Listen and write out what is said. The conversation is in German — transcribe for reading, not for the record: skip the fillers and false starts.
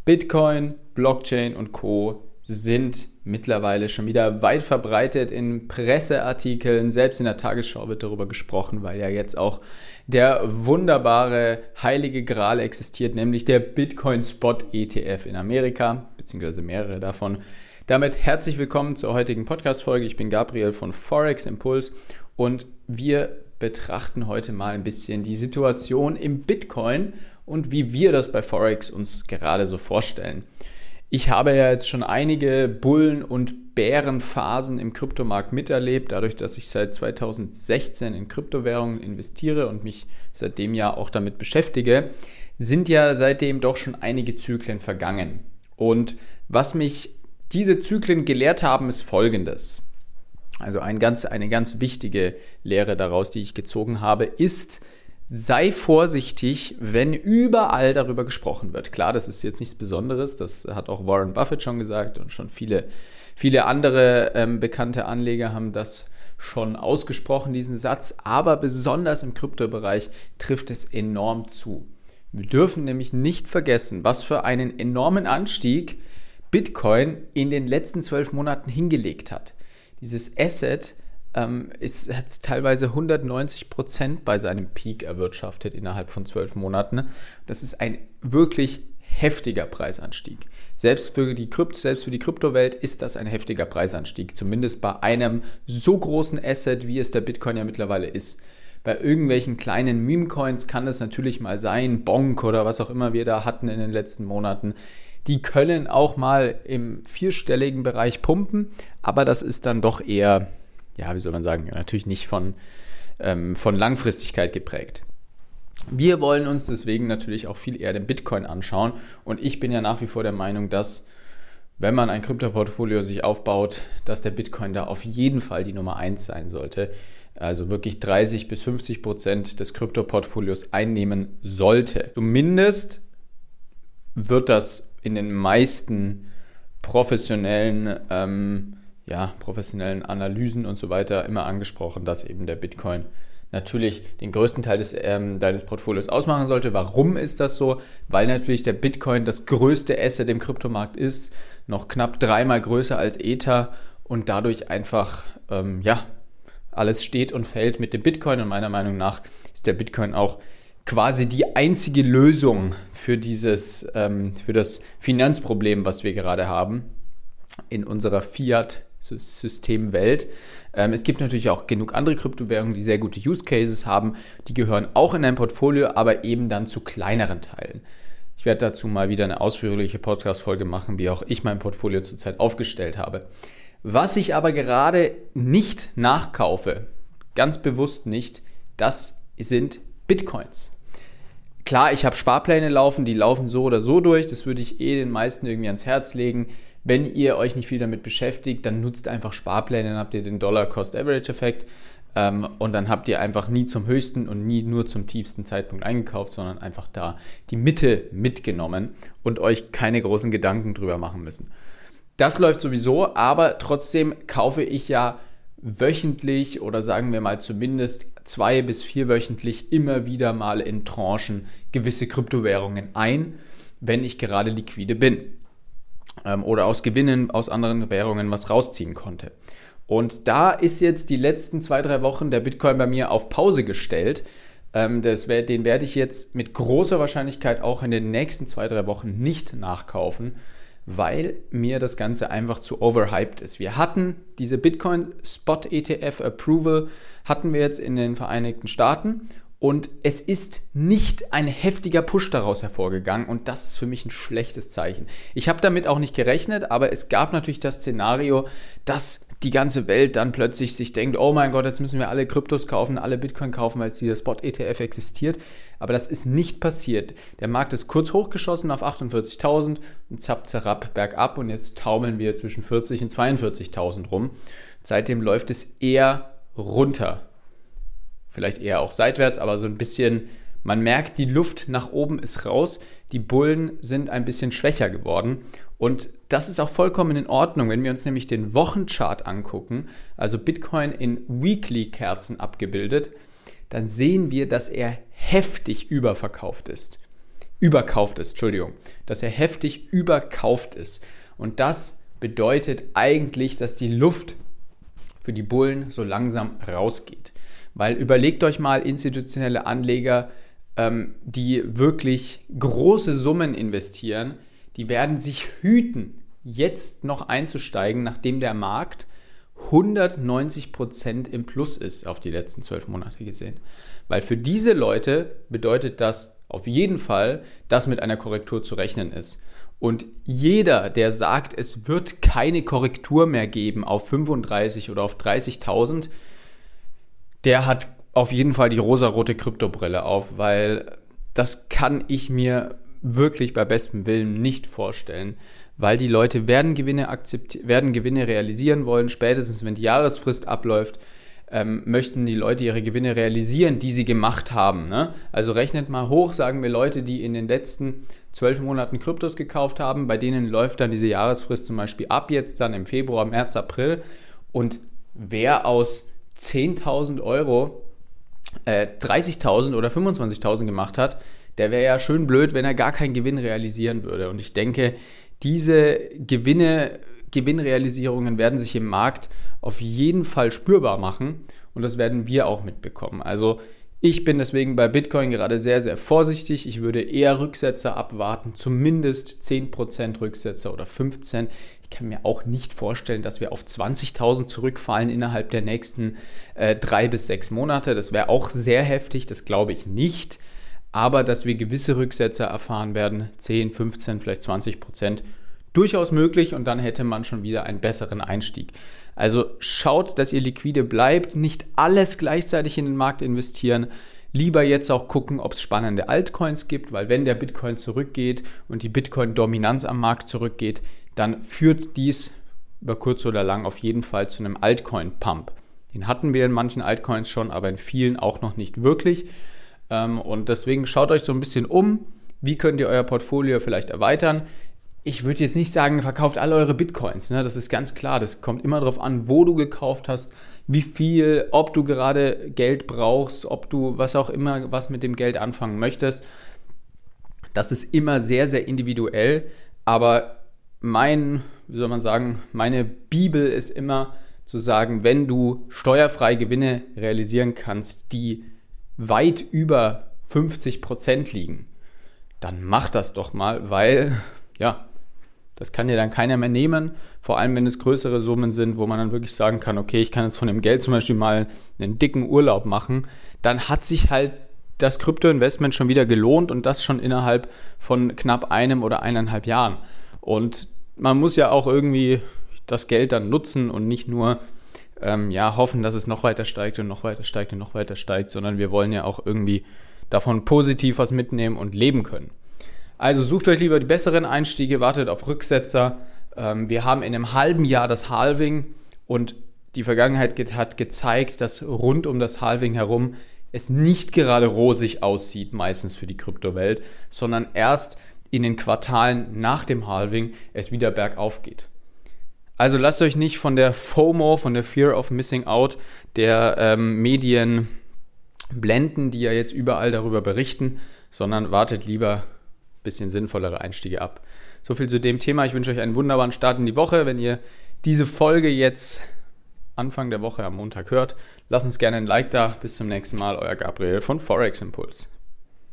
Bitcoin, Blockchain und Co. sind mittlerweile schon wieder weit verbreitet in Presseartikeln. Selbst in der Tagesschau wird darüber gesprochen, weil ja jetzt auch der wunderbare heilige Gral existiert, nämlich der Bitcoin Spot ETF in Amerika, beziehungsweise mehrere davon. Damit herzlich willkommen zur heutigen Podcast-Folge. Ich bin Gabriel von Forex Impulse und wir betrachten heute mal ein bisschen die Situation im Bitcoin und wie wir das bei Forex uns gerade so vorstellen. Ich habe ja jetzt schon einige Bullen- und Bärenphasen im Kryptomarkt miterlebt, dadurch, dass ich seit 2016 in Kryptowährungen investiere und mich seitdem ja auch damit beschäftige, sind ja seitdem doch schon einige Zyklen vergangen. Und was mich diese Zyklen gelehrt haben, ist Folgendes. Also eine ganz wichtige Lehre daraus, die ich gezogen habe, ist: Sei vorsichtig, wenn überall darüber gesprochen wird. Klar, das ist jetzt nichts Besonderes, das hat auch Warren Buffett schon gesagt und schon viele andere bekannte Anleger haben das schon ausgesprochen, diesen Satz. Aber besonders im Kryptobereich trifft es enorm zu. Wir dürfen nämlich nicht vergessen, was für einen enormen Anstieg Bitcoin in den letzten 12 Monaten hingelegt hat. Dieses Asset hat teilweise 190% bei seinem Peak erwirtschaftet innerhalb von 12 Monaten. Das ist ein wirklich heftiger Preisanstieg. Selbst für die Kryptowelt ist das ein heftiger Preisanstieg, zumindest bei einem so großen Asset, wie es der Bitcoin ja mittlerweile ist. Bei irgendwelchen kleinen Meme-Coins kann es natürlich mal sein, Bonk oder was auch immer wir da hatten in den letzten Monaten. Die können auch mal im vierstelligen Bereich pumpen, aber das ist dann doch eher, ja, wie soll man sagen, natürlich nicht von Langfristigkeit geprägt. Wir wollen uns deswegen natürlich auch viel eher den Bitcoin anschauen und ich bin ja nach wie vor der Meinung, dass, wenn man ein Kryptoportfolio sich aufbaut, dass der Bitcoin da auf jeden Fall die Nummer 1 sein sollte. Also wirklich 30-50% des Kryptoportfolios einnehmen sollte. Zumindest wird das in den meisten professionellen Analysen und so weiter immer angesprochen, dass eben der Bitcoin natürlich den größten Teil deines Portfolios ausmachen sollte. Warum ist das so? Weil natürlich der Bitcoin das größte Asset im Kryptomarkt ist, noch knapp 3-mal größer als Ether und dadurch einfach alles steht und fällt mit dem Bitcoin und meiner Meinung nach ist der Bitcoin auch quasi die einzige Lösung für das Finanzproblem, was wir gerade haben in unserer Fiat-Systemwelt. Es gibt natürlich auch genug andere Kryptowährungen, die sehr gute Use Cases haben. Die gehören auch in ein Portfolio, aber eben dann zu kleineren Teilen. Ich werde dazu mal wieder eine ausführliche Podcast-Folge machen, wie auch ich mein Portfolio zurzeit aufgestellt habe. Was ich aber gerade nicht nachkaufe, ganz bewusst nicht, das sind Bitcoins. Klar, ich habe Sparpläne laufen, die laufen so oder so durch. Das würde ich den meisten irgendwie ans Herz legen. Wenn ihr euch nicht viel damit beschäftigt, dann nutzt einfach Sparpläne, dann habt ihr den Dollar-Cost-Average-Effekt und dann habt ihr einfach nie zum höchsten und nie nur zum tiefsten Zeitpunkt eingekauft, sondern einfach da die Mitte mitgenommen und euch keine großen Gedanken drüber machen müssen. Das läuft sowieso, aber trotzdem kaufe ich ja wöchentlich oder sagen wir mal zumindest 2- bis 4-wöchentlich immer wieder mal in Tranchen gewisse Kryptowährungen ein, wenn ich gerade liquide bin oder aus Gewinnen aus anderen Währungen was rausziehen konnte. Und da ist jetzt die letzten 2-3 Wochen der Bitcoin bei mir auf Pause gestellt. Den werde ich jetzt mit großer Wahrscheinlichkeit auch in den nächsten 2-3 Wochen nicht nachkaufen, weil mir das Ganze einfach zu overhyped ist. Wir hatten diese Bitcoin Spot ETF Approval, hatten wir jetzt in den Vereinigten Staaten und es ist nicht ein heftiger Push daraus hervorgegangen und das ist für mich ein schlechtes Zeichen. Ich habe damit auch nicht gerechnet, aber es gab natürlich das Szenario, dass die ganze Welt dann plötzlich sich denkt, oh mein Gott, jetzt müssen wir alle Kryptos kaufen, alle Bitcoin kaufen, weil jetzt dieser Spot ETF existiert. Aber das ist nicht passiert. Der Markt ist kurz hochgeschossen auf 48.000 und zapp, zerrapp, bergab und jetzt taumeln wir zwischen 40.000 und 42.000 rum. Seitdem läuft es eher runter. Vielleicht eher auch seitwärts, aber so ein bisschen, man merkt, die Luft nach oben ist raus. Die Bullen sind ein bisschen schwächer geworden und das ist auch vollkommen in Ordnung. Wenn wir uns nämlich den Wochenchart angucken, also Bitcoin in Weekly-Kerzen abgebildet, dann sehen wir, dass er heftig überverkauft ist. überkauft ist, Entschuldigung, dass er heftig überkauft ist. Und das bedeutet eigentlich, dass die Luft für die Bullen so langsam rausgeht. Weil überlegt euch mal institutionelle Anleger, die wirklich große Summen investieren, die werden sich hüten, jetzt noch einzusteigen, nachdem der Markt 190% im Plus ist auf die letzten 12 Monate gesehen. Weil für diese Leute bedeutet das auf jeden Fall, dass mit einer Korrektur zu rechnen ist. Und jeder, der sagt, es wird keine Korrektur mehr geben auf 35 oder auf 30.000, der hat auf jeden Fall die rosarote Kryptobrille auf, weil das kann ich mir wirklich bei bestem Willen nicht vorstellen, weil die Leute werden Gewinne realisieren wollen, spätestens wenn die Jahresfrist abläuft, möchten die Leute ihre Gewinne realisieren, die sie gemacht haben. Ne? Also rechnet mal hoch, sagen wir Leute, die in den letzten 12 Monaten Kryptos gekauft haben, bei denen läuft dann diese Jahresfrist zum Beispiel ab jetzt dann im Februar, März, April, und wer aus 10.000 Euro 30.000 oder 25.000 gemacht hat, der wäre ja schön blöd, wenn er gar keinen Gewinn realisieren würde. Und ich denke, diese Gewinnrealisierungen werden sich im Markt auf jeden Fall spürbar machen und das werden wir auch mitbekommen. Also ich bin deswegen bei Bitcoin gerade sehr, sehr vorsichtig. Ich würde eher Rücksetzer abwarten, zumindest 10% Rücksetzer oder 15%. Ich kann mir auch nicht vorstellen, dass wir auf 20.000 zurückfallen innerhalb der nächsten 3 bis 6 Monate. Das wäre auch sehr heftig, das glaube ich nicht. Aber dass wir gewisse Rücksetzer erfahren werden, 10, 15, vielleicht 20%, durchaus möglich und dann hätte man schon wieder einen besseren Einstieg. Also schaut, dass ihr liquide bleibt, nicht alles gleichzeitig in den Markt investieren, lieber jetzt auch gucken, ob es spannende Altcoins gibt, weil wenn der Bitcoin zurückgeht und die Bitcoin-Dominanz am Markt zurückgeht, dann führt dies über kurz oder lang auf jeden Fall zu einem Altcoin-Pump. Den hatten wir in manchen Altcoins schon, aber in vielen auch noch nicht wirklich. Und deswegen schaut euch so ein bisschen um, wie könnt ihr euer Portfolio vielleicht erweitern. Ich würde jetzt nicht sagen, verkauft alle eure Bitcoins, ne? Das ist ganz klar. Das kommt immer darauf an, wo du gekauft hast, wie viel, ob du gerade Geld brauchst, ob du was auch immer was mit dem Geld anfangen möchtest. Das ist immer sehr, sehr individuell. Aber meine Bibel ist immer zu sagen, wenn du steuerfrei Gewinne realisieren kannst, die weit über 50% liegen, dann mach das doch mal, weil ja, das kann dir dann keiner mehr nehmen, vor allem wenn es größere Summen sind, wo man dann wirklich sagen kann, okay, ich kann jetzt von dem Geld zum Beispiel mal einen dicken Urlaub machen, dann hat sich halt das Krypto-Investment schon wieder gelohnt und das schon innerhalb von knapp 1 oder 1,5 Jahren. Und man muss ja auch irgendwie das Geld dann nutzen und nicht nur hoffen, dass es noch weiter steigt und noch weiter steigt und noch weiter steigt, sondern wir wollen ja auch irgendwie davon positiv was mitnehmen und leben können. Also sucht euch lieber die besseren Einstiege, wartet auf Rücksetzer. Wir haben in einem halben Jahr das Halving und die Vergangenheit hat gezeigt, dass rund um das Halving herum es nicht gerade rosig aussieht, meistens für die Kryptowelt, sondern erst in den Quartalen nach dem Halving es wieder bergauf geht. Also lasst euch nicht von der FOMO, von der Fear of Missing Out der Medien blenden, die ja jetzt überall darüber berichten, sondern wartet lieber ein bisschen sinnvollere Einstiege ab. So viel zu dem Thema. Ich wünsche euch einen wunderbaren Start in die Woche. Wenn ihr diese Folge jetzt Anfang der Woche am Montag hört, lasst uns gerne ein Like da. Bis zum nächsten Mal, euer Gabriel von Forex Impulse.